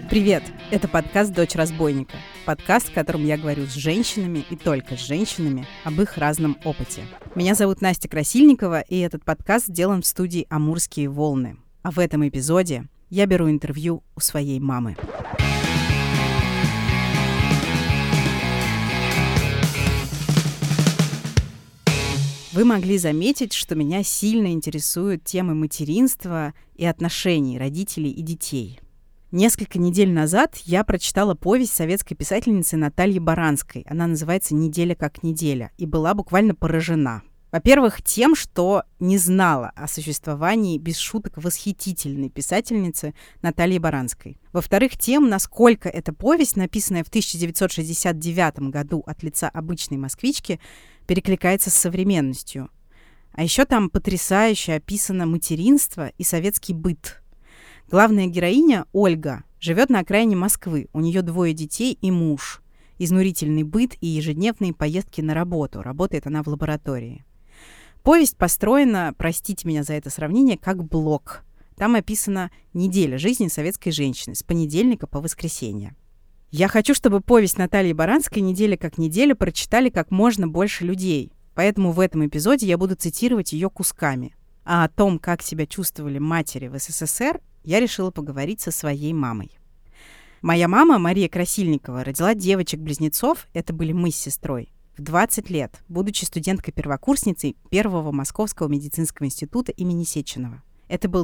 Привет! Это подкаст «Дочь разбойника». Подкаст, в котором я говорю с женщинами и только с женщинами об их разном опыте. Меня зовут Настя Красильникова, и этот подкаст сделан в студии «Амурские волны». А в этом эпизоде я беру интервью у своей мамы. Вы могли заметить, что меня сильно интересуют темы материнства и отношений родителей и детей. Несколько недель назад я прочитала повесть советской писательницы Натальи Баранской. Она называется «Неделя как неделя» и была буквально поражена. Во-первых, тем, что не знала о существовании, без шуток, восхитительной писательницы Натальи Баранской. Во-вторых, тем, насколько эта повесть, написанная в 1969 году от лица обычной москвички, перекликается с современностью. А еще там потрясающе описано материнство и советский быт. Главная героиня, Ольга, живет на окраине Москвы. У нее 2 детей и муж. Изнурительный быт и ежедневные поездки на работу. Работает она в лаборатории. Повесть построена, простите меня за это сравнение, как блок. Там описана неделя жизни советской женщины с понедельника по воскресенье. Я хочу, чтобы повесть Натальи Баранской «Неделя как неделя» прочитали как можно больше людей. Поэтому в этом эпизоде я буду цитировать ее кусками. А о том, как себя чувствовали матери в СССР, я решила поговорить со своей мамой. Моя мама, Мария Красильникова, родила девочек-близнецов, это были мы с сестрой, в 20 лет, будучи студенткой-первокурсницей Первого Московского медицинского института имени Сеченова. Это был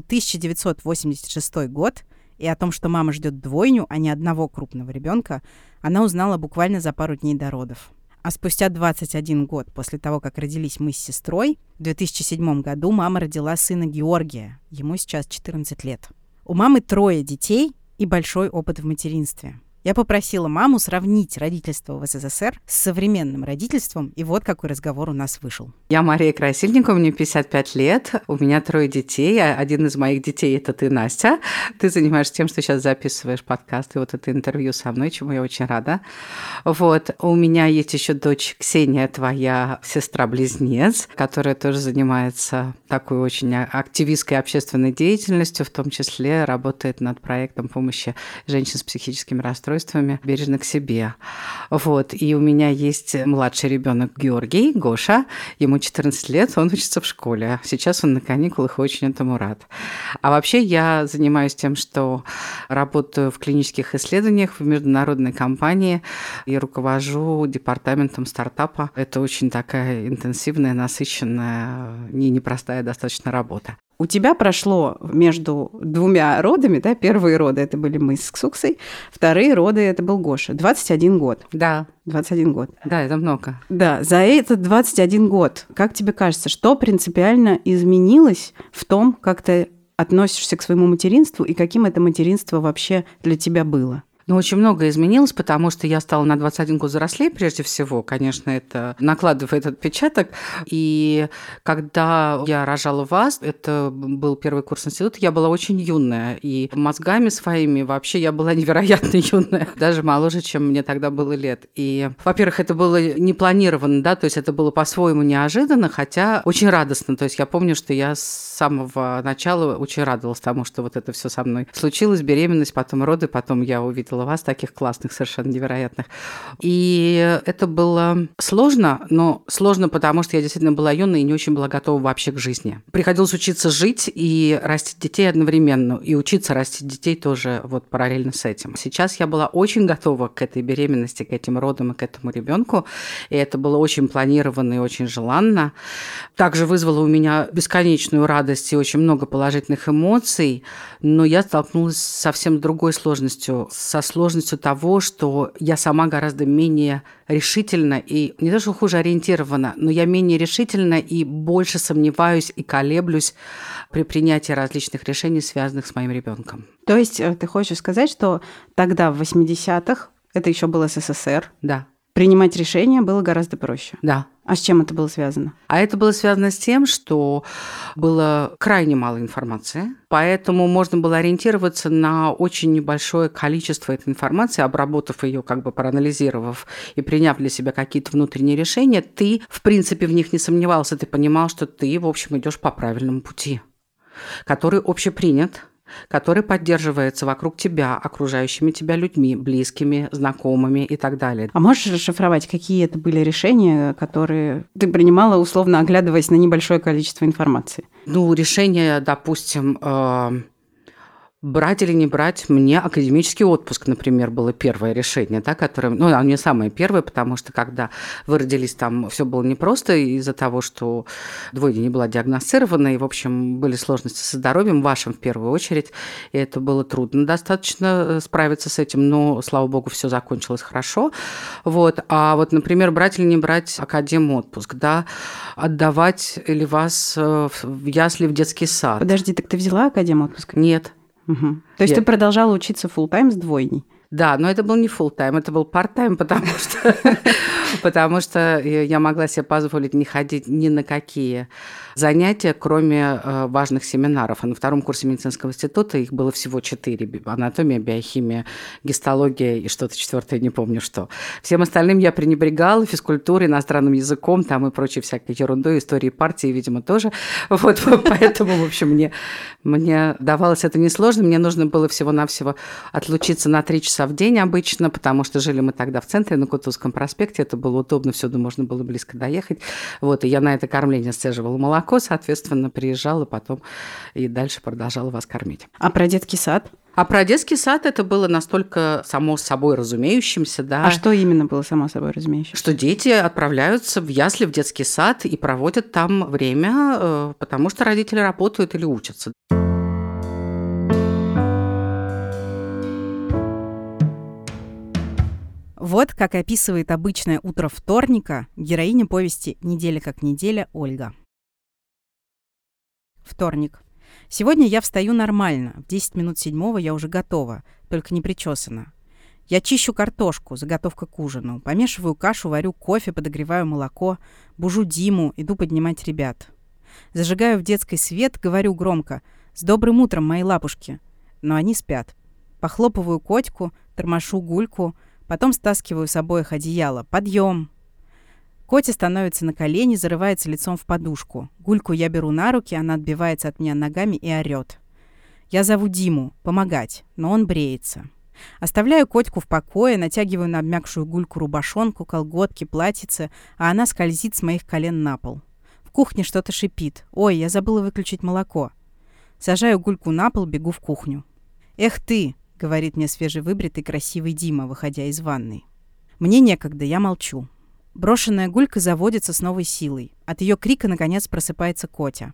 1986 год, и о том, что мама ждет двойню, а не одного крупного ребенка, она узнала буквально за пару дней до родов. А спустя 21 год после того, как родились мы с сестрой, в 2007 году мама родила сына Георгия, ему сейчас 14 лет. У мамы 3 детей и большой опыт в материнстве. Я попросила маму сравнить родительство в СССР с современным родительством, и вот какой разговор у нас вышел. Я Мария Красильникова, мне 55 лет, у меня 3 детей, один из моих детей – это ты, Настя. Ты занимаешься тем, что сейчас записываешь подкаст, и вот это интервью со мной, чему я очень рада. Вот, у меня есть еще дочь Ксения, твоя сестра-близнец, которая тоже занимается такой очень активистской общественной деятельностью, в том числе работает над проектом помощи женщин с психическими расстройствами бережно к себе. Вот. И у меня есть младший ребенок Георгий, Гоша. Ему 14 лет, он учится в школе. Сейчас он на каникулах и очень этому рад. А вообще я занимаюсь тем, что работаю в клинических исследованиях в международной компании и руковожу департаментом стартапа. Это очень такая интенсивная, насыщенная и непростая достаточно работа. У тебя прошло между 2 родами, да, первые роды это были мы с Ксуксой, вторые роды это был Гоша. 21 год. Да. 21 год. Да, это много. Да, за этот 21 год, как тебе кажется, что принципиально изменилось в том, как ты относишься к своему материнству и каким это материнство вообще для тебя было? Но очень многое изменилось, потому что я стала на 21 год взрослее, прежде всего. Конечно, это накладывает отпечаток. И когда я рожала вас, это был первый курс института, я была очень юная. И мозгами своими вообще я была невероятно юная. Даже моложе, чем мне тогда было лет. И, во-первых, это было не планировано, да, то есть это было по-своему неожиданно, хотя очень радостно. То есть я помню, что я с самого начала очень радовалась тому, что вот это все со мной случилось, беременность, потом роды, потом я увидела вас, таких классных, совершенно невероятных. И это было сложно, но сложно, потому что я действительно была юной и не очень была готова вообще к жизни. Приходилось учиться жить и растить детей одновременно, и учиться растить детей тоже вот параллельно с этим. Сейчас я была очень готова к этой беременности, к этим родам и к этому ребенку, и это было очень планировано и очень желанно. Также вызвало у меня бесконечную радость и очень много положительных эмоций, но я столкнулась с совсем другой сложностью, со сложностью того, что я сама гораздо менее решительна и не то, что хуже ориентирована, но я менее решительна и больше сомневаюсь и колеблюсь при принятии различных решений, связанных с моим ребенком. То есть ты хочешь сказать, что тогда, в 80-х, это еще был СССР, да, принимать решения было гораздо проще? Да. А с чем это было связано? А это было связано с тем, что было крайне мало информации, поэтому можно было ориентироваться на очень небольшое количество этой информации, обработав ее, как бы проанализировав и приняв для себя какие-то внутренние решения, ты, в принципе, в них не сомневался, ты понимал, что ты, в общем, идешь по правильному пути, который общепринят. который поддерживается вокруг тебя, окружающими тебя людьми, близкими, знакомыми и так далее. А можешь расшифровать, какие это были решения, которые ты принимала, условно оглядываясь на небольшое количество информации? Решение, допустим, брать или не брать мне академический отпуск, например, было первое решение, да, которое, оно не самое первое, потому что когда вы родились, там все было непросто из-за того, что двойня не была диагностирована, и, в общем, были сложности со здоровьем, вашим в первую очередь, и это было трудно достаточно справиться с этим, но, слава богу, все закончилось хорошо. Например, брать или не брать академ-отпуск, да, отдавать ли вас в ясли, в детский сад. Подожди, так ты взяла академ-отпуск? Нет. Угу. То есть ты продолжала учиться фулл-тайм с двойней? Да, но это был не фулл-тайм, это был парт-тайм, потому что я могла себе позволить не ходить ни на какие занятия, кроме важных семинаров. А на втором курсе медицинского института их было всего 4. Анатомия, биохимия, гистология и что-то четвертое, не помню что. Всем остальным я пренебрегала, физкультурой, иностранным языком там и прочей всякой ерундой, историей партии, видимо, тоже. Поэтому, в общем, мне давалось это несложно. Мне нужно было всего-навсего отлучиться на 3 часа в день обычно, потому что жили мы тогда в центре, на Кутузовском проспекте. Это было удобно, всюду можно было близко доехать. И я на это кормление сцеживала молоко, соответственно, приезжала потом и дальше продолжала вас кормить. А про детский сад? А про детский сад это было настолько само собой разумеющимся, да. А что именно было само собой разумеющимся? Что дети отправляются в ясли, в детский сад и проводят там время, потому что родители работают или учатся. Вот как описывает обычное утро вторника героиня повести «Неделя как неделя» Ольга. Вторник. Сегодня я встаю нормально. В 10 минут 7 я уже готова, только не причесана. Я чищу картошку, заготовка к ужину. Помешиваю кашу, варю кофе, подогреваю молоко. Бужу Диму, иду поднимать ребят. Зажигаю в детской свет, говорю громко: «С добрым утром, мои лапушки!» Но они спят. Похлопываю Котьку, тормошу Гульку, потом стаскиваю с обоих одеяло. «Подъем!» Котя становится на колени, зарывается лицом в подушку. Гульку я беру на руки, она отбивается от меня ногами и орёт. Я зову Диму помогать, но он бреется. Оставляю Котьку в покое, натягиваю на обмякшую Гульку рубашонку, колготки, платьице, а она скользит с моих колен на пол. В кухне что-то шипит. «Ой, я забыла выключить молоко». Сажаю Гульку на пол, бегу в кухню. «Эх ты!» — говорит мне свежевыбритый красивый Дима, выходя из ванной. Мне некогда, я молчу. Брошенная Гулька заводится с новой силой. От ее крика, наконец, просыпается Котя.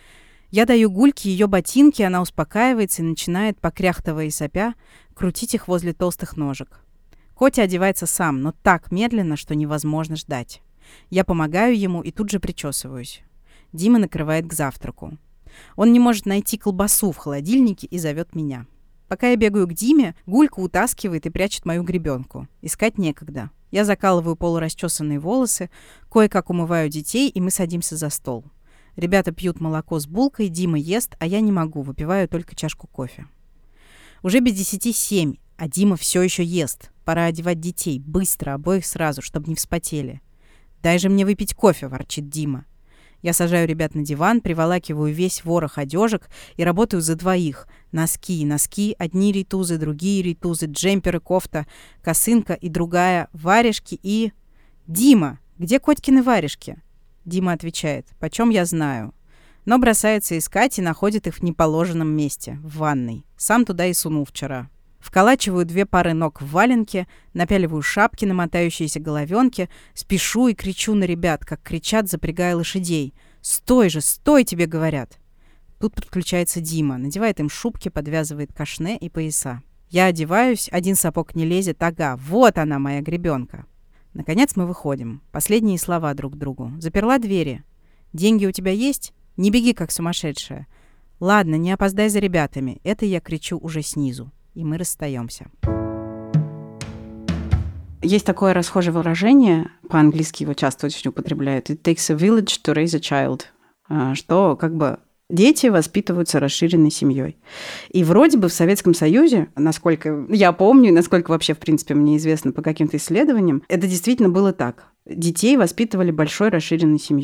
Я даю Гульке ее ботинки, она успокаивается и начинает, покряхтывая и сопя, крутить их возле толстых ножек. Котя одевается сам, но так медленно, что невозможно ждать. Я помогаю ему и тут же причесываюсь. Дима накрывает к завтраку. Он не может найти колбасу в холодильнике и зовет меня. Пока я бегаю к Диме, Гулька утаскивает и прячет мою гребенку. Искать некогда. Я закалываю полурасчесанные волосы, кое-как умываю детей, и мы садимся за стол. Ребята пьют молоко с булкой, Дима ест, а я не могу, выпиваю только чашку кофе. Уже без 10:07, а Дима все еще ест. Пора одевать детей, быстро, обоих сразу, чтобы не вспотели. «Дай же мне выпить кофе», — ворчит Дима. Я сажаю ребят на диван, приволакиваю весь ворох одежек и работаю за двоих. Носки, одни ритузы, другие ритузы, джемперы, кофта, косынка и другая, варежки и... «Дима, где Котькины варежки?» Дима отвечает: «Почем я знаю?» Но бросается искать и находит их в неположенном месте, в ванной. Сам туда и сунул вчера. Вколачиваю 2 пары ног в валенки, напяливаю шапки на мотающиеся головенки, спешу и кричу на ребят, как кричат, запрягая лошадей. «Стой же, стой!» тебе говорят. Тут подключается Дима, надевает им шубки, подвязывает кашне и пояса. Я одеваюсь, один сапог не лезет, ага, вот она, моя гребенка. Наконец мы выходим. Последние слова друг другу. Заперла двери. «Деньги у тебя есть? Не беги, как сумасшедшая». «Ладно, не опоздай за ребятами». Это я кричу уже снизу. И мы расстаемся. Есть такое расхожее выражение, по-английски его часто очень употребляют: «It takes a village to raise a child», что как бы дети воспитываются расширенной семьей. И вроде бы в Советском Союзе, насколько я помню, и насколько вообще, в принципе, мне известно по каким-то исследованиям, это действительно было так. Детей воспитывали большой расширенной семьей.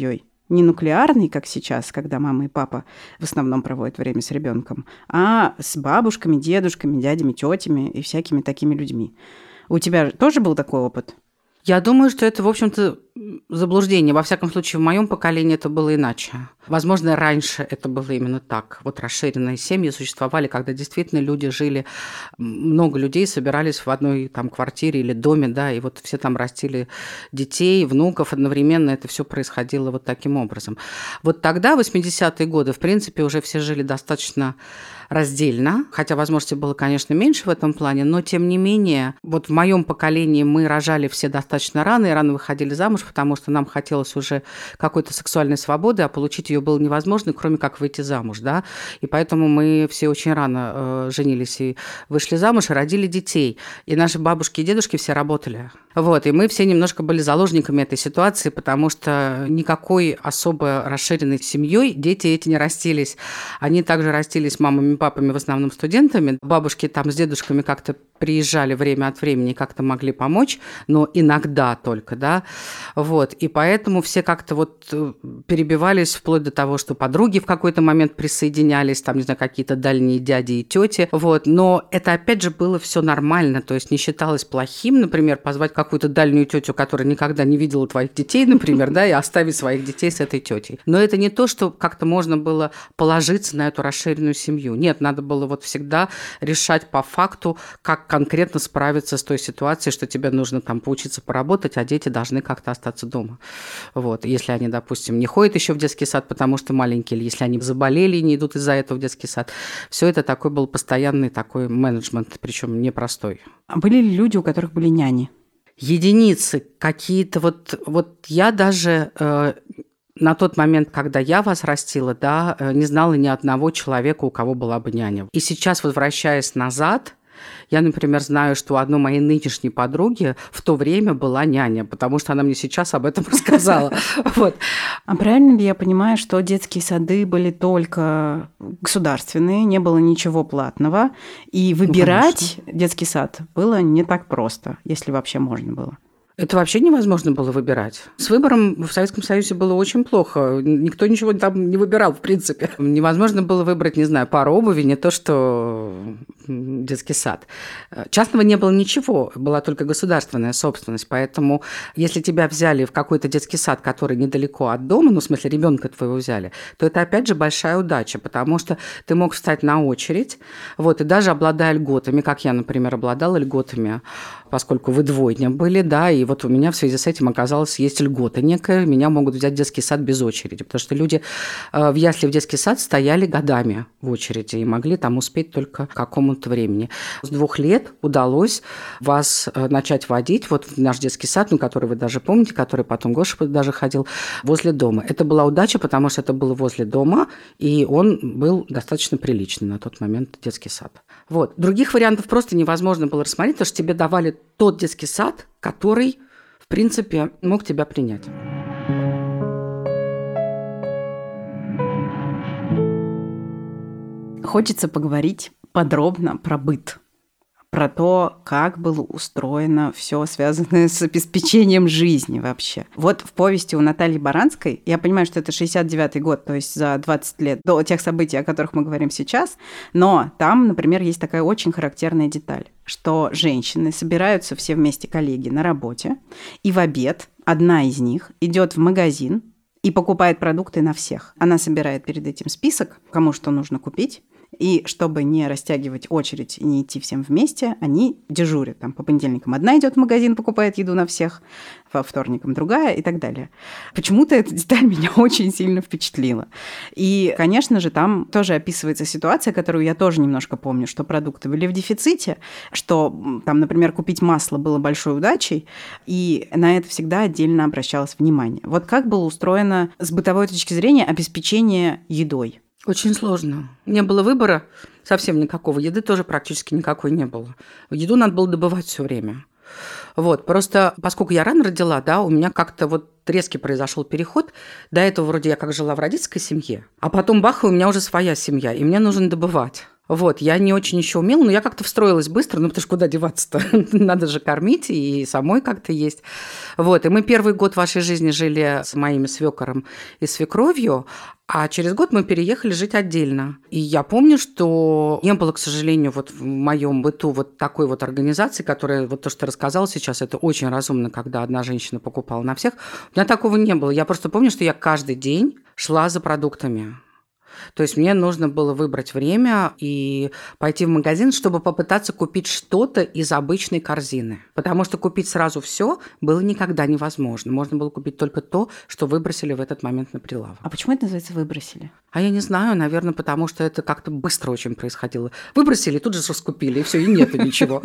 Не нуклеарный, как сейчас, когда мама и папа в основном проводят время с ребенком, а с бабушками, дедушками, дядями, тетями и всякими такими людьми. У тебя тоже был такой опыт? Я думаю, что это, в общем-то, заблуждение. Во всяком случае, в моем поколении это было иначе. Возможно, раньше это было именно так. Вот расширенные семьи существовали, когда действительно люди жили, много людей собирались в одной там квартире или доме, да, и вот все там растили детей, внуков одновременно. Это все происходило вот таким образом. Вот тогда, в 80-е годы, в принципе, уже все жили достаточно раздельно, хотя возможностей было, конечно, меньше в этом плане, но тем не менее, вот в моем поколении мы рожали все достаточно рано и рано выходили замуж, потому что нам хотелось уже какой-то сексуальной свободы, а получить ее было невозможно, кроме как выйти замуж, да, и поэтому мы все очень рано женились и вышли замуж, и родили детей, и наши бабушки и дедушки все работали. Вот, и мы все немножко были заложниками этой ситуации, потому что никакой особо расширенной семьей дети эти не растились. Они также растились мамами и папами, в основном студентами. Бабушки там с дедушками как-то приезжали время от времени, как-то могли помочь, но иногда только, да. Вот, и поэтому все как-то вот перебивались вплоть до того, что подруги в какой-то момент присоединялись, там, не знаю, какие-то дальние дяди и тети. Вот, но это, опять же, было все нормально, то есть не считалось плохим, например, позвать какую-то дальнюю тетю, которая никогда не видела твоих детей, например, да, и оставить своих детей с этой тетей. Но это не то, что как-то можно было положиться на эту расширенную семью. Нет, надо было вот всегда решать по факту, как конкретно справиться с той ситуацией, что тебе нужно там поучиться поработать, а дети должны как-то остаться дома. Вот. Если они, допустим, не ходят еще в детский сад, потому что маленькие, или если они заболели и не идут из-за этого в детский сад. Все это такой был постоянный такой менеджмент, причем непростой. А были ли люди, у которых были няни? Единицы какие-то. Вот я даже на тот момент, когда я вас растила, да, не знала ни одного человека, у кого была бы няня. И сейчас, возвращаясь назад, я, например, знаю, что у одной моей нынешней подруги в то время была няня, потому что она мне сейчас об этом рассказала. Вот. А правильно ли я понимаю, что детские сады были только государственные, не было ничего платного, и выбирать детский сад было не так просто, если вообще можно было? Это вообще невозможно было выбирать. С выбором в Советском Союзе было очень плохо. Никто ничего там не выбирал, в принципе. Невозможно было выбрать, не знаю, пару обуви, не то что детский сад. Частного не было ничего, была только государственная собственность. Поэтому если тебя взяли в какой-то детский сад, который недалеко от дома, ну, в смысле, ребенка твоего взяли, то это, опять же, большая удача, потому что ты мог встать на очередь, вот, и даже обладая льготами, как я, например, обладала льготами, поскольку вы двойня были, да, и вот у меня в связи с этим оказалось, есть льгота некая, меня могут взять в детский сад без очереди, потому что люди в ясли в детский сад стояли годами в очереди и могли там успеть только к какому-то времени. С 2 лет удалось вас начать водить вот в наш детский сад, ну, который вы даже помните, который потом Гоша даже ходил, возле дома. Это была удача, потому что это было возле дома, и он был достаточно приличный на тот момент детский сад. Вот. Других вариантов просто невозможно было рассмотреть, потому что тебе давали тот детский сад, который, в принципе, мог тебя принять. Хочется поговорить подробно про быт, про то, как было устроено все связанное с обеспечением жизни вообще. Вот в повести у Натальи Баранской, я понимаю, что это 69-й год, то есть за 20 лет до тех событий, о которых мы говорим сейчас, но там, например, есть такая очень характерная деталь, что женщины собираются все вместе, коллеги, на работе, и в обед одна из них идет в магазин и покупает продукты на всех. Она собирает перед этим список, кому что нужно купить, и чтобы не растягивать очередь и не идти всем вместе, они дежурят. Там по понедельникам одна идет в магазин, покупает еду на всех, по вторникам другая и так далее. Почему-то эта деталь меня очень сильно впечатлила. И, конечно же, там тоже описывается ситуация, которую я тоже немножко помню, что продукты были в дефиците, что там, например, купить масло было большой удачей, и на это всегда отдельно обращалось внимание. Вот как было устроено с бытовой точки зрения обеспечение едой? Очень сложно. Не было выбора совсем никакого. Еды тоже практически никакой не было. Еду надо было добывать все время. Вот. Просто поскольку я рано родила, да, у меня как-то вот резкий произошел переход. До этого вроде я как жила в родительской семье, а потом бах, и у меня уже своя семья, и мне нужно добывать. Вот, я не очень еще умела, но я как-то встроилась быстро, ну, потому что куда деваться-то? Надо же кормить и самой как-то есть. Вот, и мы первый год вашей жизни жили с моими свекором и свекровью, а через год мы переехали жить отдельно. И я помню, что не было, к сожалению, вот в моем быту вот такой вот организации, которая, вот то, что ты рассказала сейчас, это очень разумно, когда одна женщина покупала на всех. У меня такого не было. Я просто помню, что я каждый день шла за продуктами. То есть мне нужно было выбрать время и пойти в магазин, чтобы попытаться купить что-то из обычной корзины. Потому что купить сразу все было никогда невозможно. Можно было купить только то, что выбросили в этот момент на прилавок. А почему это называется «выбросили»? А я не знаю, наверное, потому что это как-то быстро очень происходило. Выбросили, тут же раскупили, и все, и нету ничего.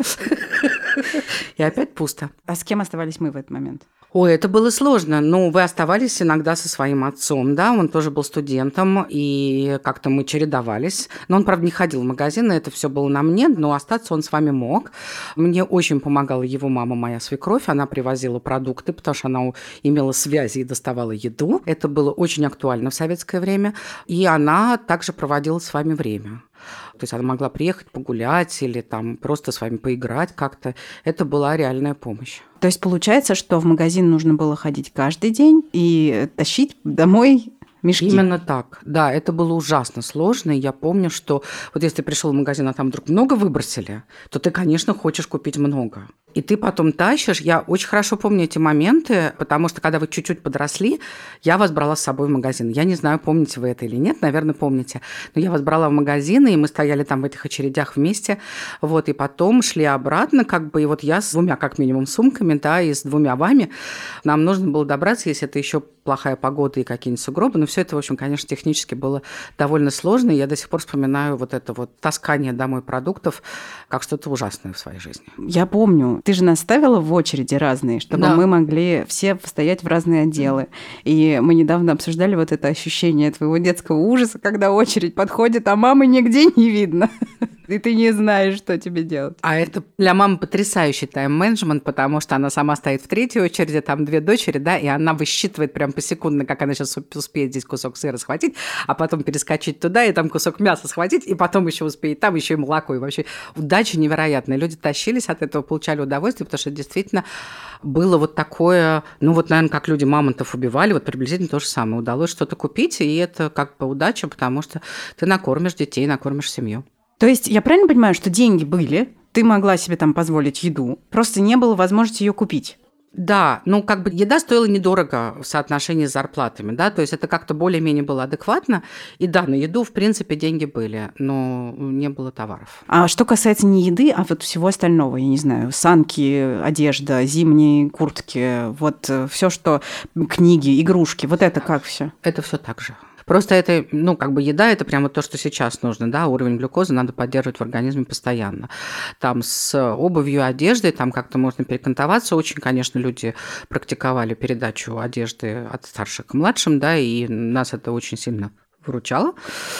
И опять пусто. А с кем оставались мы в этот момент? Ой, это было сложно. Ну, вы оставались иногда со своим отцом, да, он тоже был студентом, и как-то мы чередовались. Но он, правда, не ходил в магазин, это все было на мне, но остаться он с вами мог. Мне очень помогала его мама, моя свекровь, она привозила продукты, потому что она имела связи и доставала еду. Это было очень актуально в советское время, и она также проводила с вами время. То есть она могла приехать погулять или там просто с вами поиграть как-то. Это была реальная помощь. То есть получается, что в магазин нужно было ходить каждый день и тащить домой мешки? Именно так. Да, это было ужасно сложно. И я помню, что вот если ты пришел в магазин, а там вдруг много выбросили, то ты, конечно, хочешь купить много. И ты потом тащишь. Я очень хорошо помню эти моменты, потому что, когда вы чуть-чуть подросли, я вас брала с собой в магазин. Я не знаю, помните вы это или нет, наверное, помните. Но я вас брала в магазин, и мы стояли там в этих очередях вместе. Вот, и потом шли обратно, как бы, и вот я с 2, как минимум, сумками, да, и с 2 вами. Нам нужно было добраться, если это еще плохая погода и какие-нибудь сугробы. Но все это, в общем, конечно, технически было довольно сложно. И я до сих пор вспоминаю вот это вот таскание домой продуктов как что-то ужасное в своей жизни. Я помню. Ты же нас ставила в очереди разные, чтобы мы могли все стоять в разные отделы. И мы недавно обсуждали вот это ощущение твоего детского ужаса, когда очередь подходит, а мамы нигде не видно. И ты не знаешь, что тебе делать. А это для мамы потрясающий тайм-менеджмент, потому что она сама стоит в 3-й очереди, там 2 дочери, да, и она высчитывает прям посекундно, как она сейчас успеет здесь кусок сыра схватить, а потом перескочить туда, и там кусок мяса схватить, и потом еще успеет, там еще и молоко, и вообще удача невероятная. Люди тащились от этого, получали удовольствие, потому что действительно было вот такое, ну вот, наверное, как люди мамонтов убивали, вот приблизительно то же самое. Удалось что-то купить, и это как бы удача, потому что ты накормишь детей, накормишь семью. То есть я правильно понимаю, что деньги были, ты могла себе там позволить еду, просто не было возможности ее купить? Да, ну как бы еда стоила недорого в соотношении с зарплатами, да, то есть это как-то более-менее было адекватно. И да, на еду, в принципе, деньги были, но не было товаров. А что касается не еды, а вот всего остального, я не знаю, санки, одежда, зимние куртки, вот все, что книги, игрушки, вот это как все? Это все так же. Просто это, ну, как бы еда – это прямо то, что сейчас нужно, да, уровень глюкозы надо поддерживать в организме постоянно. Там с обувью, одеждой, там как-то можно перекантоваться. Очень, конечно, люди практиковали передачу одежды от старших к младшим, да, и нас это очень сильно выручало.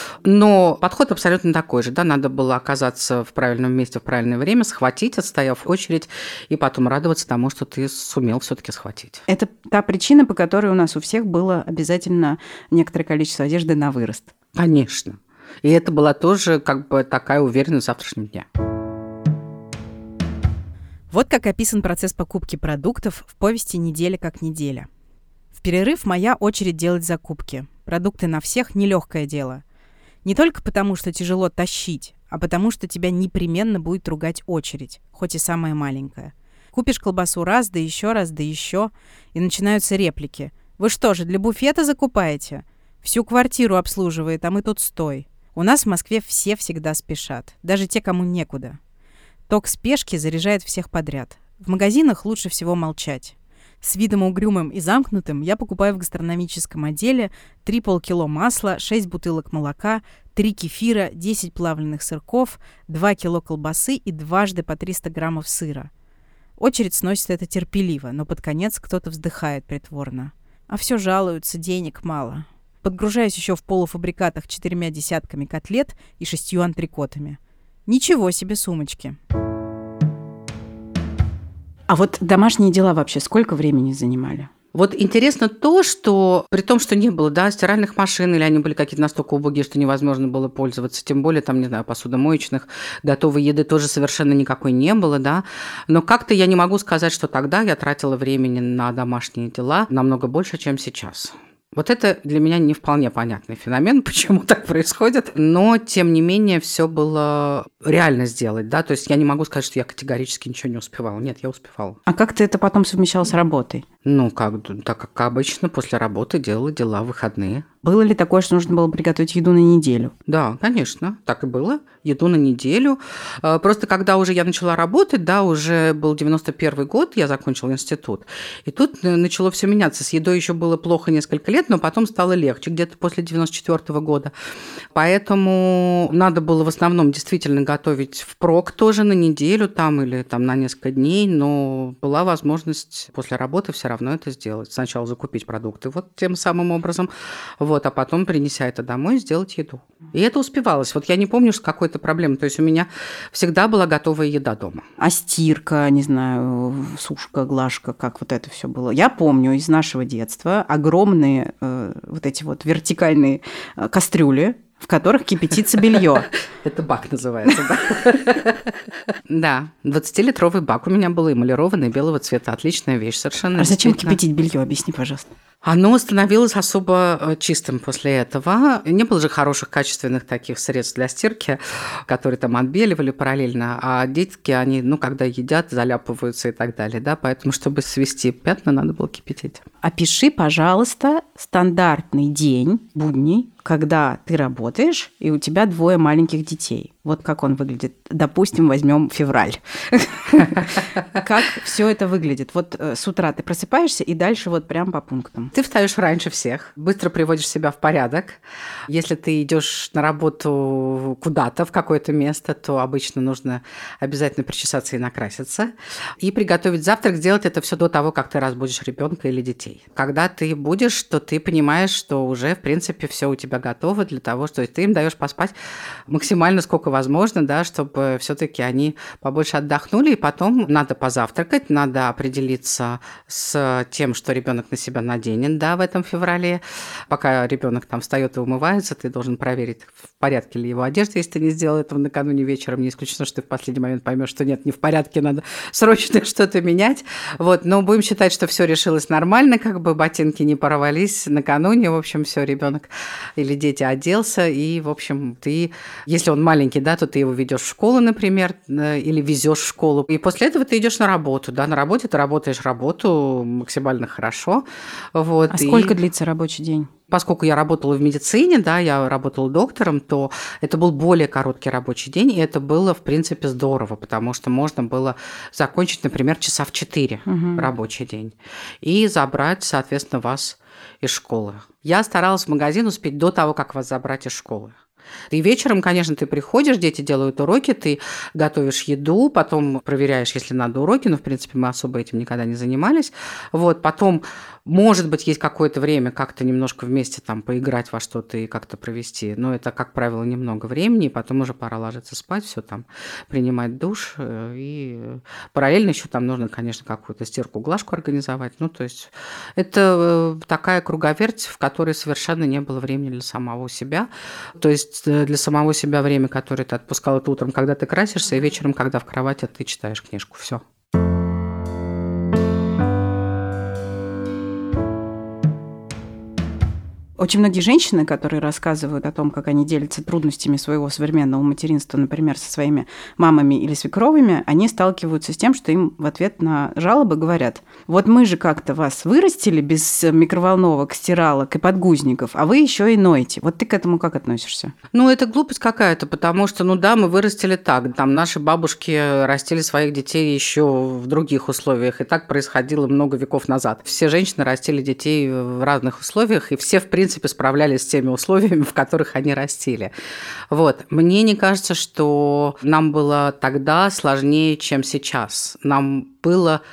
Но подход абсолютно такой же. Да? Надо было оказаться в правильном месте в правильное время, схватить, отстояв очередь, и потом радоваться тому, что ты сумел все-таки схватить. Это та причина, по которой у нас у всех было обязательно некоторое количество одежды на вырост. Конечно. И это была тоже как бы такая уверенность в завтрашнем дне. Вот как описан процесс покупки продуктов в повести «Неделя как неделя». В перерыв моя очередь делать закупки. Продукты на всех – нелегкое дело. Не только потому, что тяжело тащить, а потому, что тебя непременно будет ругать очередь, хоть и самая маленькая. Купишь колбасу раз, да еще, и начинаются реплики. «Вы что же, для буфета закупаете? Всю квартиру обслуживает, а мы тут стой». У нас в Москве все всегда спешат, даже те, кому некуда. Ток спешки заряжает всех подряд. В магазинах лучше всего молчать. С видом угрюмым и замкнутым я покупаю в гастрономическом отделе 3 полкило масла, 6 бутылок молока, 3 кефира, 10 плавленых сырков, 2 кило колбасы и дважды по 300 граммов сыра. Очередь сносит это терпеливо, но под конец кто-то вздыхает притворно. А все жалуются, денег мало. Подгружаюсь еще в полуфабрикатах 4 десятками котлет и 6 антрикотами. Ничего себе сумочки. А вот домашние дела вообще сколько времени занимали? Вот интересно то, что при том, что не было, да, стиральных машин, или они были какие-то настолько убогие, что невозможно было пользоваться, тем более, там, не знаю, посудомоечных, готовой еды тоже совершенно никакой не было, да, но как-то я не могу сказать, что тогда я тратила времени на домашние дела намного больше, чем сейчас. Вот это для меня не вполне понятный феномен, почему так происходит, но, тем не менее, все было реально сделать, да, то есть я не могу сказать, что я категорически ничего не успевала. Нет, я успевала. А как ты это потом совмещала с работой? Ну, так как обычно, после работы делала дела в выходные. Было ли такое, что нужно было приготовить еду на неделю? Да, конечно, так и было. Еду на неделю. Просто когда уже я начала работать, да, уже был 91-й год, я закончила институт, и тут начало все меняться. С едой еще было плохо несколько лет, но потом стало легче, где-то после 94-го года. Поэтому надо было в основном действительно готовить впрок тоже на неделю там, или там, на несколько дней, но была возможность после работы все равно это сделать. Сначала закупить продукты вот тем самым образом, вот, а потом, принеся это домой, сделать еду. И это успевалось. Вот я не помню, что какой-то проблемы. То есть у меня всегда была готовая еда дома. А стирка, не знаю, сушка, глажка, как вот это все было? Я помню из нашего детства огромные вот эти вот вертикальные кастрюли, в которых кипятится белье. Это бак называется, да? Да, 20-литровый бак у меня был, эмалированный, белого цвета. Отличная вещь совершенно. А зачем кипятить белье? Объясни, пожалуйста. Оно становилось особо чистым после этого. Не было же хороших, качественных таких средств для стирки, которые там отбеливали параллельно, а детки, они, когда едят, заляпываются и так далее, да, поэтому, чтобы свести пятна, надо было кипятить. Опиши, пожалуйста, стандартный день, будний, когда ты работаешь, и у тебя 2 маленьких детей. Вот как он выглядит. Допустим, возьмем февраль. Как все это выглядит? Вот с утра ты просыпаешься, и дальше вот прям по пунктам. Ты встаешь раньше всех, быстро приводишь себя в порядок. Если ты идешь на работу куда-то, в какое-то место, то обычно нужно обязательно причесаться и накраситься. И приготовить завтрак, сделать это все до того, как ты разбудишь ребенка или детей. Когда ты будешь, то ты понимаешь, что уже, в принципе, все у тебя готово для того, что ты им даешь поспать максимально сколько возможно, да, чтобы все-таки они побольше отдохнули, и потом надо позавтракать, надо определиться с тем, что ребенок на себя наденет, да, в этом феврале. Пока ребенок там встает и умывается, ты должен проверить, в порядке ли его одежда, если ты не сделал этого накануне вечером. Не исключено, что ты в последний момент поймешь, что нет, не в порядке, надо срочно что-то менять. Вот, но будем считать, что все решилось нормально, как бы ботинки не порвались накануне, в общем, все, ребенок или дети оделся, и, в общем, ты, если он маленький, да, то ты его ведешь в школу, например, или везешь в школу, и после этого ты идешь на работу, да, на работе ты работаешь работу максимально хорошо, вот. А сколько длится рабочий день? Поскольку я работала в медицине, да, я работала доктором, то это был более короткий рабочий день, и это было, в принципе, здорово, потому что можно было закончить, например, часа в 4 рабочий день и забрать, соответственно, вас из школы. Я старалась в магазин успеть до того, как вас забрать из школы. И вечером, конечно, ты приходишь, дети делают уроки, ты готовишь еду, потом проверяешь, если надо, уроки, но, в принципе, мы особо этим никогда не занимались. Вот, потом, может быть, есть какое-то время как-то немножко вместе там поиграть во что-то и как-то провести, но это, как правило, немного времени, и потом уже пора ложиться спать, все там, принимать душ, и параллельно еще там нужно, конечно, какую-то стирку, глажку организовать. Ну, то есть это такая круговерть, в которой совершенно не было времени для самого себя. То есть для самого себя время, которое ты отпускал, это утром, когда ты красишься, и вечером, когда в кровати ты читаешь книжку. Все. Очень многие женщины, которые рассказывают о том, как они делятся трудностями своего современного материнства, например, со своими мамами или свекровыми, они сталкиваются с тем, что им в ответ на жалобы говорят: вот мы же как-то вас вырастили без микроволновок, стиралок и подгузников, а вы еще и ноете. Вот ты к этому как относишься? Ну, это глупость какая-то, потому что, ну да, мы вырастили так. Там наши бабушки растили своих детей еще в других условиях, и так происходило много веков назад. Все женщины растили детей в разных условиях, и все, в принципе, справлялись с теми условиями, в которых они растили. Вот. Мне не кажется, что нам было тогда сложнее, чем сейчас. Нам было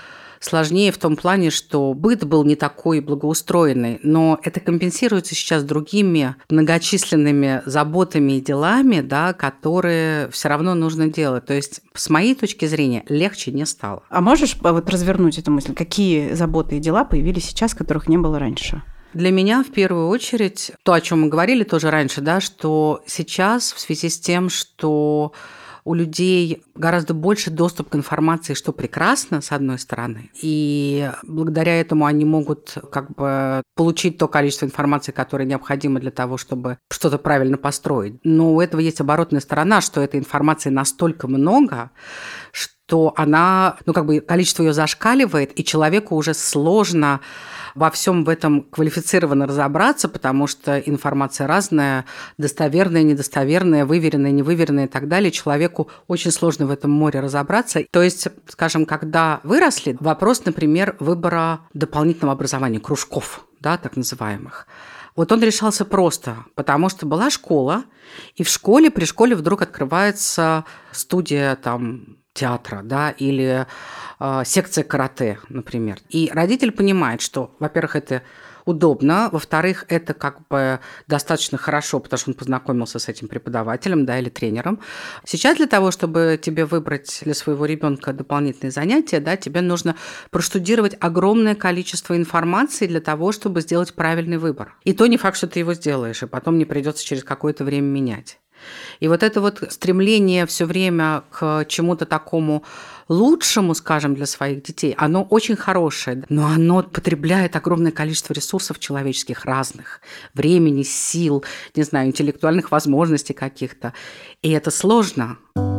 сложнее в том плане, что быт был не такой благоустроенный, но это компенсируется сейчас другими многочисленными заботами и делами, да, которые все равно нужно делать. То есть, с моей точки зрения, легче не стало. А можешь вот развернуть эту мысль? Какие заботы и дела появились сейчас, которых не было раньше? Для меня в первую очередь то, о чем мы говорили тоже раньше, да, что сейчас в связи с тем, что у людей гораздо больше доступ к информации, что прекрасно, с одной стороны, и благодаря этому они могут как бы получить то количество информации, которое необходимо для того, чтобы что-то правильно построить. Но у этого есть оборотная сторона, что этой информации настолько много, что она, количество ее зашкаливает, и человеку уже сложно во всем в этом квалифицированно разобраться, потому что информация разная, достоверная, недостоверная, выверенная, невыверенная и так далее. Человеку очень сложно в этом море разобраться. То есть, скажем, когда выросли, вопрос, например, выбора дополнительного образования, кружков, да, так называемых. Вот он решался просто, потому что была школа, и при школе вдруг открывается студия театра, да, или секция карате, например. И родитель понимает, что, во-первых, это удобно, во-вторых, это как бы достаточно хорошо, потому что он познакомился с этим преподавателем, да, или тренером. Сейчас для того, чтобы тебе выбрать для своего ребенка дополнительные занятия, да, тебе нужно проштудировать огромное количество информации для того, чтобы сделать правильный выбор. И то не факт, что ты его сделаешь, и потом не придется через какое-то время менять. И вот это вот стремление все время к чему-то такому лучшему, скажем, для своих детей, оно очень хорошее, но оно потребляет огромное количество ресурсов человеческих разных, времени, сил, не знаю, интеллектуальных возможностей каких-то. И это сложно.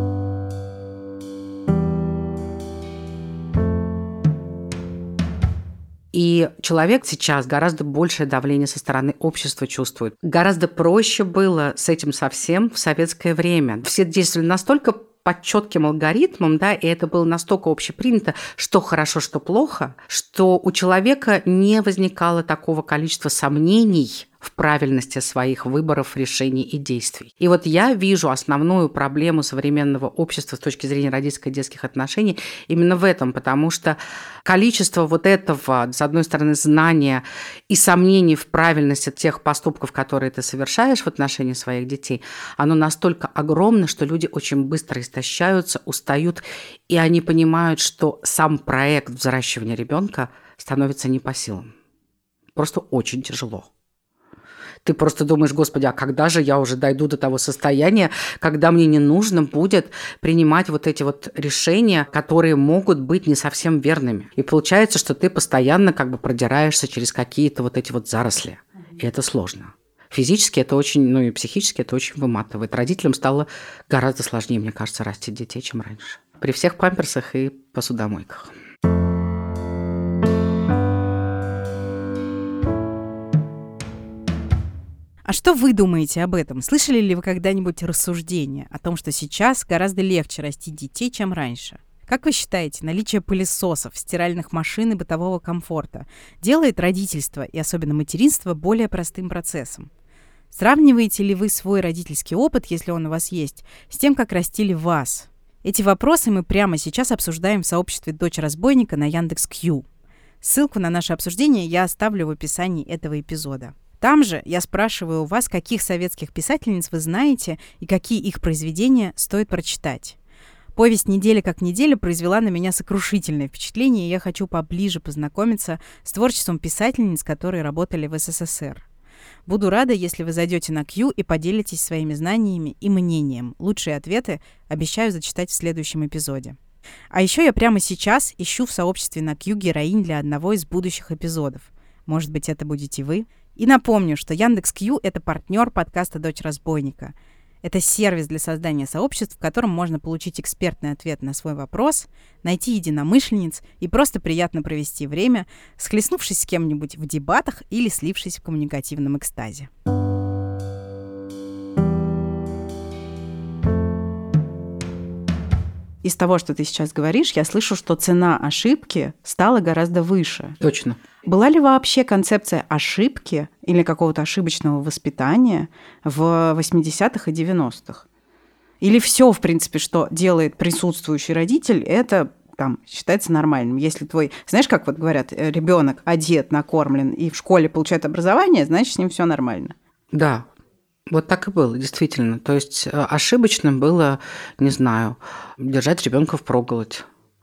И человек сейчас гораздо большее давление со стороны общества чувствует. Гораздо проще было с этим совсем в советское время. Все действовали настолько под четким алгоритмом, да, и это было настолько общепринято, что хорошо, что плохо, что у человека не возникало такого количества сомнений в правильности своих выборов, решений и действий. И вот я вижу основную проблему современного общества с точки зрения родительско-детских отношений именно в этом, потому что количество вот этого, с одной стороны, знания и сомнений в правильности тех поступков, которые ты совершаешь в отношении своих детей, оно настолько огромно, что люди очень быстро истощаются, устают, и они понимают, что сам проект взращивания ребенка становится не по силам. Просто очень тяжело. Ты просто думаешь, Господи, а когда же я уже дойду до того состояния, когда мне не нужно будет принимать вот эти вот решения, которые могут быть не совсем верными. И получается, что ты постоянно как бы продираешься через какие-то вот эти вот заросли. И это сложно. Физически это очень, и психически это очень выматывает. Родителям стало гораздо сложнее, мне кажется, растить детей, чем раньше. При всех памперсах и посудомойках. А что вы думаете об этом? Слышали ли вы когда-нибудь рассуждения о том, что сейчас гораздо легче растить детей, чем раньше? Как вы считаете, наличие пылесосов, стиральных машин и бытового комфорта делает родительство и особенно материнство более простым процессом? Сравниваете ли вы свой родительский опыт, если он у вас есть, с тем, как растили вас? Эти вопросы мы прямо сейчас обсуждаем в сообществе «Дочь разбойника» на Яндекс.Кью. Ссылку на наше обсуждение я оставлю в описании этого эпизода. Там же я спрашиваю у вас, каких советских писательниц вы знаете и какие их произведения стоит прочитать. Повесть «Неделя как неделя» произвела на меня сокрушительное впечатление, и я хочу поближе познакомиться с творчеством писательниц, которые работали в СССР. Буду рада, если вы зайдете на Кью и поделитесь своими знаниями и мнением. Лучшие ответы обещаю зачитать в следующем эпизоде. А еще я прямо сейчас ищу в сообществе на Кью героинь для одного из будущих эпизодов. Может быть, это будете вы? И напомню, что Яндекс.Кью — это партнер подкаста «Дочь разбойника». Это сервис для создания сообществ, в котором можно получить экспертный ответ на свой вопрос, найти единомышленниц и просто приятно провести время, схлестнувшись с кем-нибудь в дебатах или слившись в коммуникативном экстазе. Из того, что ты сейчас говоришь, я слышу, что цена ошибки стала гораздо выше. Точно. Была ли вообще концепция ошибки или какого-то ошибочного воспитания в 80-х и 90-х? Или все, в принципе, что делает присутствующий родитель, это там считается нормальным. Если твой, знаешь, как вот говорят, ребенок одет, накормлен и в школе получает образование, значит, с ним все нормально. Да, вот так и было, действительно. То есть ошибочным было, не знаю, держать ребенка впроголодь,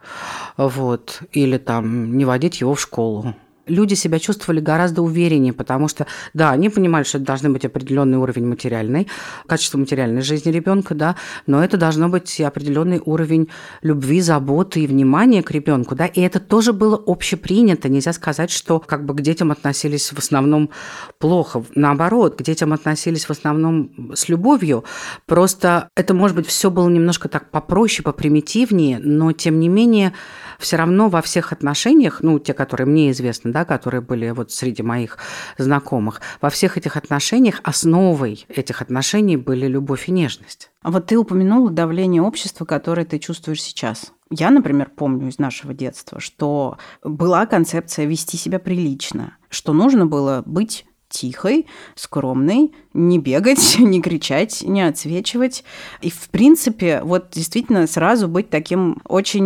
вот, или там не водить его в школу. Люди себя чувствовали гораздо увереннее, потому что, да, они понимали, что это должен быть определенный уровень материальной, качества материальной жизни ребенка, да, но это должно быть и определенный уровень любви, заботы и внимания к ребенку, да, и это тоже было общепринято. Нельзя сказать, что как бы к детям относились в основном плохо. Наоборот, к детям относились в основном с любовью. Просто это, может быть, все было немножко так попроще, попримитивнее, но тем не менее все равно во всех отношениях, ну, те, которые мне известны, да, которые были вот среди моих знакомых, во всех этих отношениях основой этих отношений были любовь и нежность. А вот ты упомянула давление общества, которое ты чувствуешь сейчас. Я, например, помню из нашего детства, что была концепция вести себя прилично, что нужно было быть тихой, скромной, не бегать, не кричать, не отсвечивать. И, в принципе, вот действительно сразу быть таким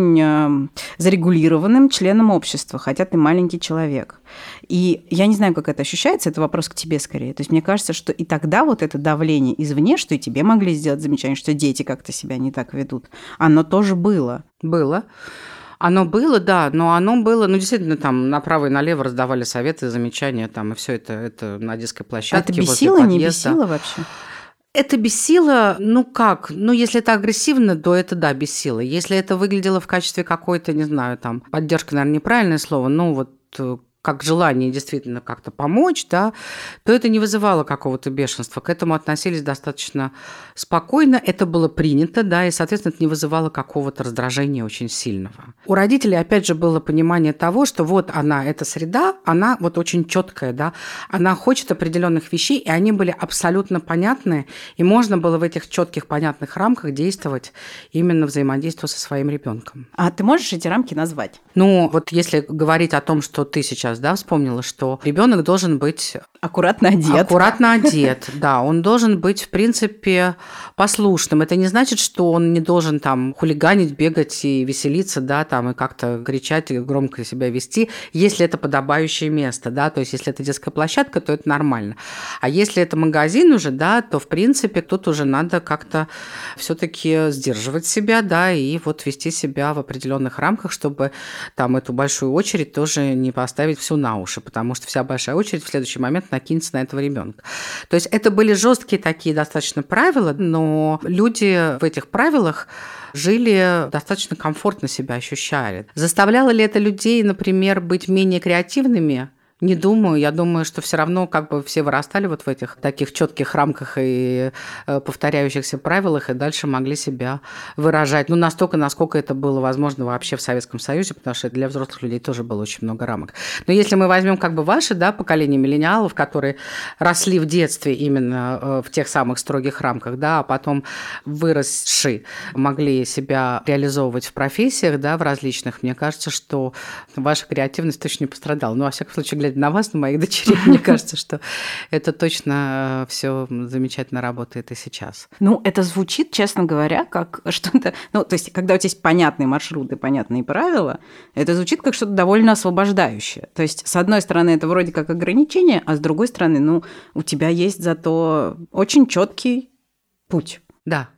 очень зарегулированным членом общества, хотя ты маленький человек. И я не знаю, как это ощущается, это вопрос к тебе скорее. То есть мне кажется, что и тогда вот это давление извне, что и тебе могли сделать замечание, что дети как-то себя не так ведут, оно тоже было. Было. Оно было, да, но оно было, ну, действительно, там направо и налево раздавали советы, замечания, там, и все это на детской площадке. А это бесило, не бесило вообще? Это бесило, ну как, ну если это агрессивно, то это, да, бесило. Если это выглядело в качестве какой-то, не знаю, там, поддержка, наверное, неправильное слово, ну вот как желание действительно как-то помочь, да, то это не вызывало какого-то бешенства. К этому относились достаточно спокойно, это было принято, да, и, соответственно, это не вызывало какого-то раздражения очень сильного. У родителей, опять же, было понимание того, что вот она, эта среда, она вот очень четкая, да, она хочет определенных вещей, и они были абсолютно понятны, и можно было в этих четких, понятных рамках действовать, именно взаимодействуя со своим ребенком. А ты можешь эти рамки назвать? Ну, вот если говорить о том, что ты сейчас, да, вспомнила, что ребенок должен быть аккуратно одет. Аккуратно одет, да. Он должен быть, в принципе, послушным. Это не значит, что он не должен там хулиганить, бегать и веселиться, да, там, и как-то кричать и громко себя вести, если это подобающее место, да, то есть если это детская площадка, то это нормально. А если это магазин уже, да, то, в принципе, тут уже надо как-то все-таки сдерживать себя, да, и вот вести себя в определенных рамках, чтобы там эту большую очередь тоже не поставить всю на уши, потому что вся большая очередь в следующий момент накинется на этого ребенка. То есть это были жесткие такие достаточно правила, но люди в этих правилах жили достаточно комфортно, себя ощущали. Заставляло ли это людей, например, быть менее креативными? Не думаю. Я думаю, что все равно как бы все вырастали вот в этих таких четких рамках и повторяющихся правилах, и дальше могли себя выражать. Ну, настолько, насколько это было возможно вообще в Советском Союзе, потому что для взрослых людей тоже было очень много рамок. Но если мы возьмем как бы ваше, да, поколение миллениалов, которые росли в детстве именно в тех самых строгих рамках, да, а потом выросшие могли себя реализовывать в профессиях, да, в различных, мне кажется, что ваша креативность точно не пострадала. Ну, во всяком случае, глядя на вас, на моих дочерей, мне кажется, что это точно все замечательно работает и сейчас. Ну, это звучит, честно говоря, как что-то... Ну, то есть, когда у тебя есть понятные маршруты, понятные правила, это звучит как что-то довольно освобождающее. То есть, с одной стороны, это вроде как ограничение, а с другой стороны, ну, у тебя есть зато очень четкий путь. Да.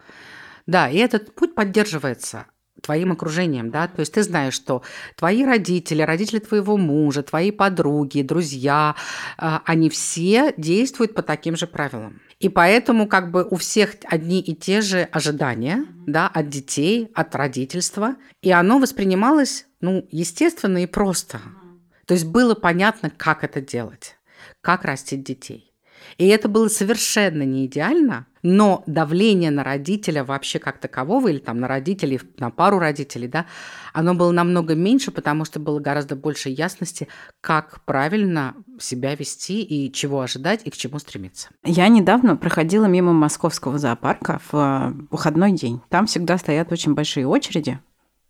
Да, и этот путь поддерживается твоим окружением, да, то есть ты знаешь, что твои родители, родители твоего мужа, твои подруги, друзья, они все действуют по таким же правилам. И поэтому как бы у всех одни и те же ожидания, да, от детей, от родительства, и оно воспринималось, ну, естественно и просто. То есть было понятно, как это делать, как растить детей. И это было совершенно не идеально, но давление на родителя вообще как такового, или там на родителей, на пару родителей, да, оно было намного меньше, потому что было гораздо больше ясности, как правильно себя вести и чего ожидать и к чему стремиться. Я недавно проходила мимо московского зоопарка в выходной день. Там всегда стоят очень большие очереди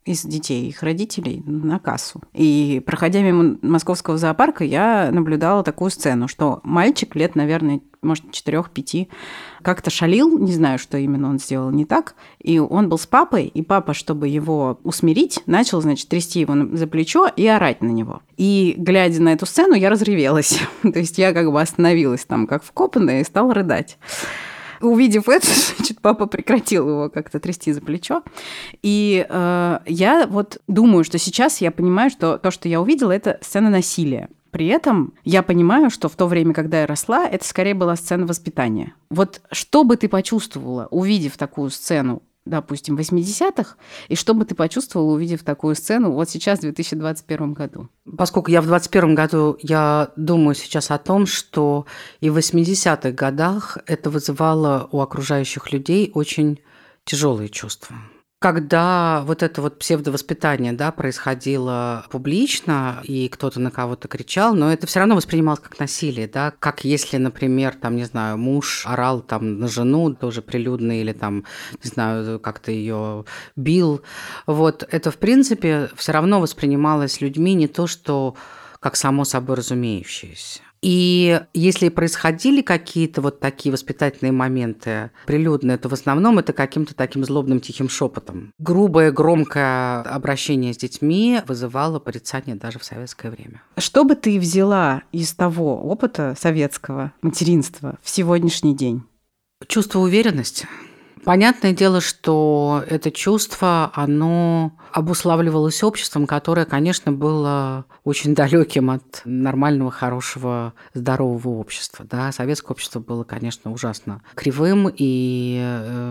из детей, их родителей, на кассу. И, проходя мимо московского зоопарка, я наблюдала такую сцену, что мальчик лет, наверное, может, 4-5, как-то шалил, не знаю, что именно он сделал не так, и он был с папой, и папа, чтобы его усмирить, начал, значит, трясти его за плечо и орать на него. И, глядя на эту сцену, я разревелась. То есть я как бы остановилась там, как вкопанная, и стала рыдать. Увидев это, значит, папа прекратил его как-то трясти за плечо. И я вот думаю, что сейчас я понимаю, что то, что я увидела, это сцена насилия. При этом я понимаю, что в то время, когда я росла, это скорее была сцена воспитания. Вот что бы ты почувствовала, увидев такую сцену, допустим, в 80-х, и что бы ты почувствовала, увидев такую сцену вот сейчас, в 2021 году? Поскольку я в 2021 году, я думаю сейчас о том, что и в 80-х годах это вызывало у окружающих людей очень тяжелые чувства. Когда вот это вот псевдовоспитание, да, происходило публично, и кто-то на кого-то кричал, но это все равно воспринималось как насилие, да, как если, например, там, не знаю, муж орал там на жену, тоже прилюдно, или там, не знаю, как-то ее бил. Вот это, в принципе, все равно воспринималось людьми не то, что как само собой разумеющееся. И если происходили какие-то вот такие воспитательные моменты прилюдные, то в основном это каким-то таким злобным тихим шепотом. Грубое, громкое обращение с детьми вызывало порицание даже в советское время. Что бы ты взяла из того опыта советского материнства в сегодняшний день? Чувство уверенности. Понятное дело, что это чувство, оно обуславливалось обществом, которое, конечно, было очень далеким от нормального, хорошего, здорового общества. Да? Советское общество было, конечно, ужасно кривым, и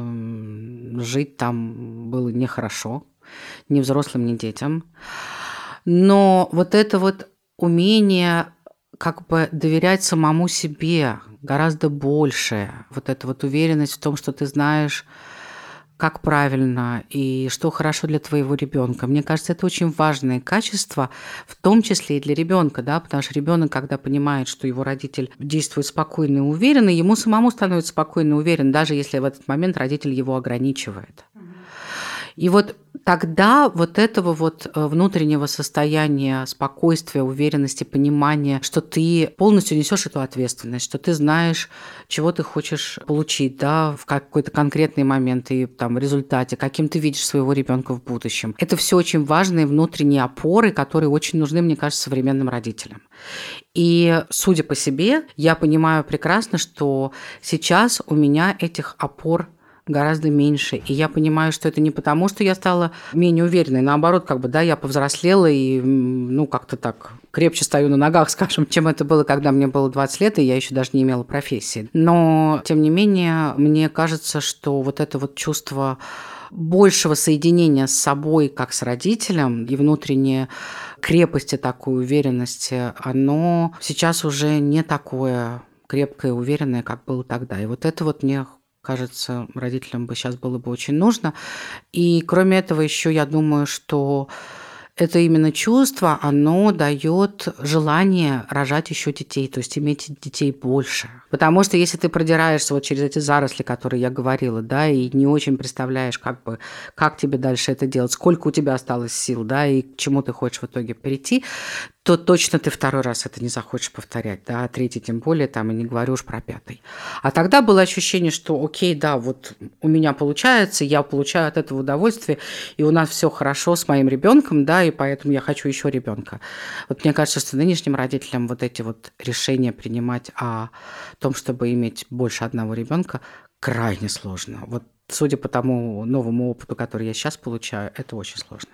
жить там было нехорошо, ни взрослым, ни детям. Но вот это вот умение как бы доверять самому себе гораздо больше. Вот эта вот уверенность в том, что ты знаешь, как правильно и что хорошо для твоего ребенка. Мне кажется, это очень важное качество, в том числе и для ребенка, да, потому что ребенок, когда понимает, что его родитель действует спокойно и уверенно, ему самому становится спокойно и уверен, даже если в этот момент родитель его ограничивает. И вот тогда вот этого вот внутреннего состояния спокойствия, уверенности, понимания, что ты полностью несешь эту ответственность, что ты знаешь, чего ты хочешь получить, да, в какой-то конкретный момент и там в результате, каким ты видишь своего ребенка в будущем. Это все очень важные внутренние опоры, которые очень нужны, мне кажется, современным родителям. И, судя по себе, я понимаю прекрасно, что сейчас у меня этих опор гораздо меньше. И я понимаю, что это не потому, что я стала менее уверенной. Наоборот, как бы, да, я повзрослела и, ну, как-то так крепче стою на ногах, скажем, чем это было, когда мне было 20 лет, и я еще даже не имела профессии. Но, тем не менее, мне кажется, что вот это вот чувство большего соединения с собой, как с родителем, и внутренней крепости, такой уверенности, оно сейчас уже не такое крепкое и уверенное, как было тогда. И вот это вот мне кажется, родителям бы сейчас было бы очень нужно. И кроме этого еще я думаю, что это именно чувство, оно дает желание рожать еще детей, то есть иметь детей больше. Потому что если ты продираешься вот через эти заросли, которые я говорила, да, и не очень представляешь, как тебе дальше это делать, сколько у тебя осталось сил, да, и к чему ты хочешь в итоге прийти, то точно ты второй раз это не захочешь повторять, да, а третий тем более, там, и не говорю уж про пятый. А тогда было ощущение, что окей, да, вот у меня получается, я получаю от этого удовольствие, и у нас все хорошо с моим ребенком, да, и поэтому я хочу еще ребенка. Вот мне кажется, что нынешним родителям вот эти вот решения принимать о том, чтобы иметь больше одного ребенка, крайне сложно. Вот судя по тому новому опыту, который я сейчас получаю, это очень сложно.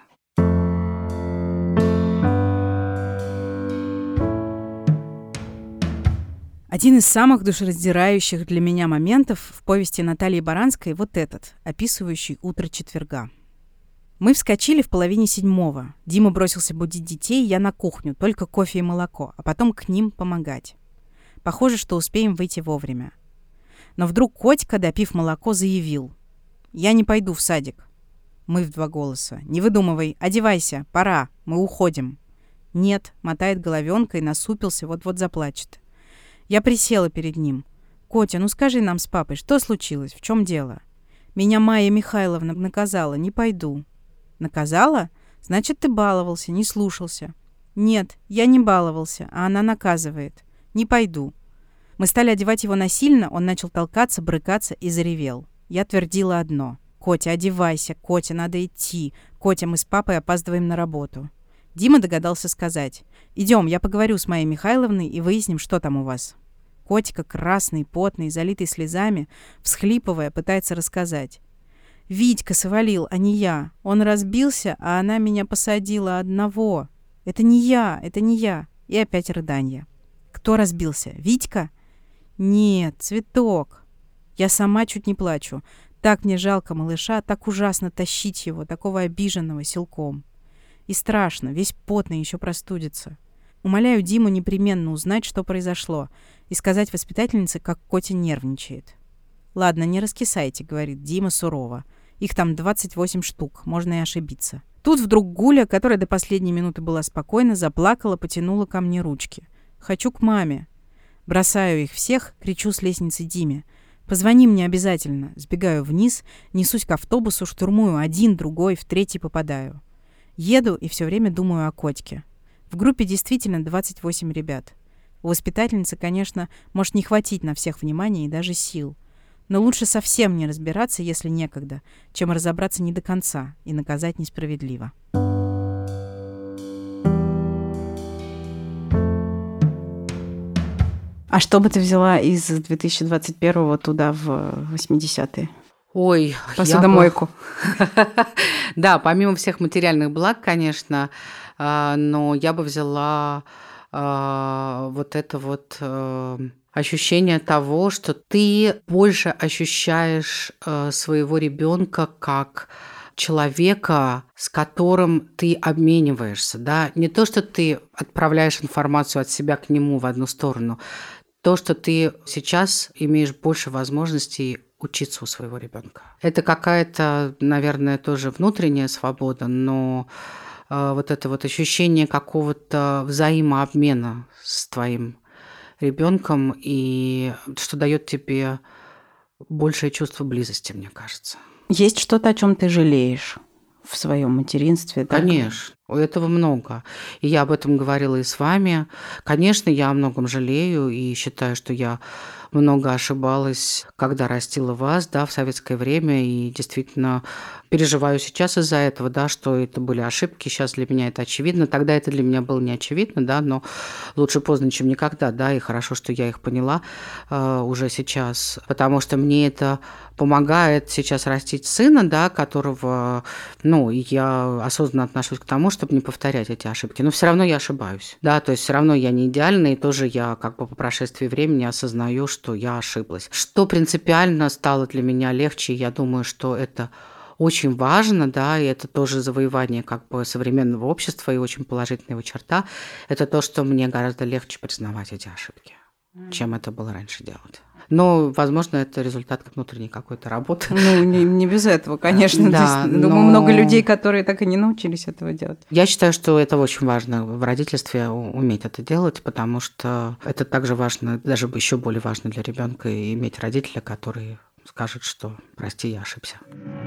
Один из самых душераздирающих для меня моментов в повести Натальи Баранской вот этот, описывающий утро четверга. Мы вскочили в 6:30. Дима бросился будить детей, я на кухню, только кофе и молоко, а потом к ним помогать. Похоже, что успеем выйти вовремя. Но вдруг Котька, допив молоко, заявил: «Я не пойду в садик». Мы в два голоса: «Не выдумывай, одевайся, пора, мы уходим». «Нет», — мотает головенкой, насупился, вот-вот заплачет. Я присела перед ним. «Котя, ну скажи нам с папой, что случилось, в чем дело? Меня Майя Михайловна наказала, не пойду». Наказала? Значит, ты баловался, не слушался. Нет, я не баловался, а она наказывает. Не пойду. Мы стали одевать его насильно, он начал толкаться, брыкаться и заревел. Я твердила одно. «Котя, одевайся, Котя, надо идти. Котя, мы с папой опаздываем на работу». Дима догадался сказать: «Идем, я поговорю с Майей Михайловной и выясним, что там у вас». Котика, красный, потный, залитый слезами, всхлипывая, пытается рассказать. «Витька свалил, а не я. Он разбился, а она меня посадила одного. Это не я, это не я». И опять рыданье. «Кто разбился? Витька?» «Нет, Цветок». Я сама чуть не плачу. Так мне жалко малыша, так ужасно тащить его, такого обиженного, силком. И страшно, весь потный, еще простудится. Умоляю Диму непременно узнать, что произошло, и сказать воспитательнице, как Котя нервничает. «Ладно, не раскисайте», — говорит Дима сурово. «Их там 28 штук, можно и ошибиться». Тут вдруг Гуля, которая до последней минуты была спокойна, заплакала, потянула ко мне ручки. «Хочу к маме». Бросаю их всех, кричу с лестницы Диме. «Позвони мне обязательно». Сбегаю вниз, несусь к автобусу, штурмую один, другой, в третий попадаю. Еду и все время думаю о Котике. В группе действительно 28 ребят. У воспитательницы, конечно, может не хватить на всех внимания и даже сил. Но лучше совсем не разбираться, если некогда, чем разобраться не до конца и наказать несправедливо. А что бы ты взяла из 2021-го туда в 80-е? Ой, посудомойку. Да, помимо всех материальных благ, конечно, но я бы взяла вот это вот ощущение того, что ты больше ощущаешь своего ребенка как человека, с которым ты обмениваешься, да, не то, что ты отправляешь информацию от себя к нему в одну сторону, то, что ты сейчас имеешь больше возможностей учиться у своего ребенка. Это какая-то, наверное, тоже внутренняя свобода, но вот это вот ощущение какого-то взаимообмена с твоим ребенком, и что дает тебе большее чувство близости, мне кажется. Есть что-то, о чем ты жалеешь в своем материнстве? Да? Конечно, у этого много. И я об этом говорила и с вами. Конечно, я о многом жалею и считаю, что я много ошибалась, когда растила вас, да, в советское время, и действительно переживаю сейчас из-за этого, да, что это были ошибки. Сейчас для меня это очевидно. Тогда это для меня было не очевидно, да, но лучше поздно, чем никогда, да, и хорошо, что я их поняла уже сейчас, потому что мне это помогает сейчас растить сына, да, которого, я осознанно отношусь к тому, чтобы не повторять эти ошибки. Но все равно я ошибаюсь, да, то есть все равно я не идеальна, и тоже я как бы по прошествии времени осознаю, что я ошиблась. Что принципиально стало для меня легче, я думаю, что это очень важно, да, и это тоже завоевание как бы современного общества и очень положительная его черта, это то, что мне гораздо легче признавать эти ошибки, чем это было раньше делать. Но, возможно, это результат внутренней какой-то работы. Не без этого, конечно. Да, думаю, много людей, которые так и не научились этого делать. Я считаю, что это очень важно в родительстве уметь это делать, потому что это также важно, даже еще более важно для ребенка иметь родителя, который скажет, что прости, я ошибся.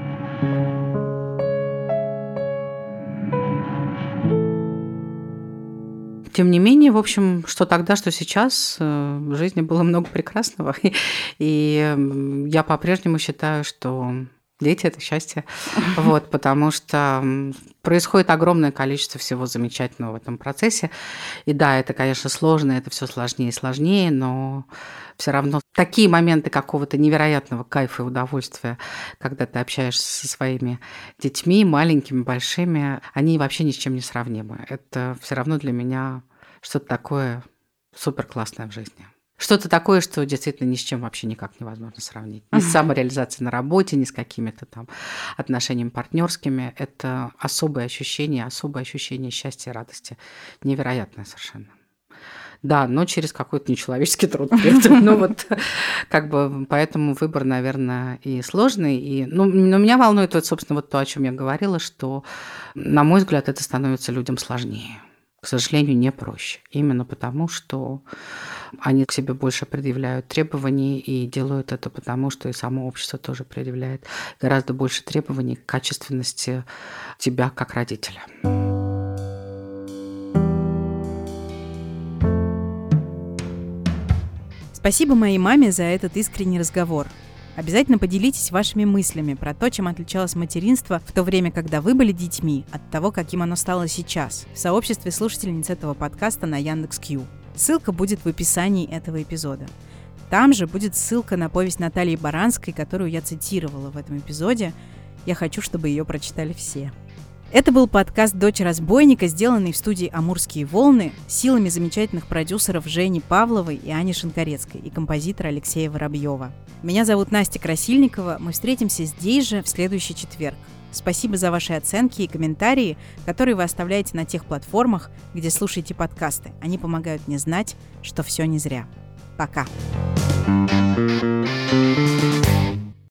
Тем не менее, в общем, что тогда, что сейчас, в жизни было много прекрасного. И я по-прежнему считаю, что дети – это счастье. Вот, потому что происходит огромное количество всего замечательного в этом процессе. И да, это, конечно, сложно, это все сложнее и сложнее, но все равно такие моменты какого-то невероятного кайфа и удовольствия, когда ты общаешься со своими детьми, маленькими, большими, они вообще ни с чем не сравнимы. Это все равно для меня что-то такое супер классное в жизни. Что-то такое, что действительно ни с чем вообще никак невозможно сравнить. Ни с самореализацией на работе, ни с какими-то там отношениями партнерскими. Это особое ощущение счастья и радости. Невероятное совершенно. Да, но через какой-то нечеловеческий труд при этом. Ну вот, как бы, поэтому выбор, наверное, и сложный. Но меня волнует, вот, собственно, вот то, о чем я говорила, что, на мой взгляд, это становится людям сложнее. к сожалению, не проще. Именно потому, что они к себе больше предъявляют требований и делают это потому, что и само общество тоже предъявляет гораздо больше требований к качественности тебя как родителя. Спасибо моей маме за этот искренний разговор. Обязательно поделитесь вашими мыслями про то, чем отличалось материнство в то время, когда вы были детьми, от того, каким оно стало сейчас, в сообществе слушательниц этого подкаста на Яндекс.Кью. Ссылка будет в описании этого эпизода. Там же будет ссылка на повесть Натальи Баранской, которую я цитировала в этом эпизоде. Я хочу, чтобы ее прочитали все. Это был подкаст «Дочь разбойника», сделанный в студии «Амурские волны» силами замечательных продюсеров Жени Павловой и Ани Шинкарецкой и композитора Алексея Воробьева. Меня зовут Настя Красильникова. Мы встретимся здесь же в следующий четверг. Спасибо за ваши оценки и комментарии, которые вы оставляете на тех платформах, где слушаете подкасты. Они помогают мне знать, что все не зря. Пока!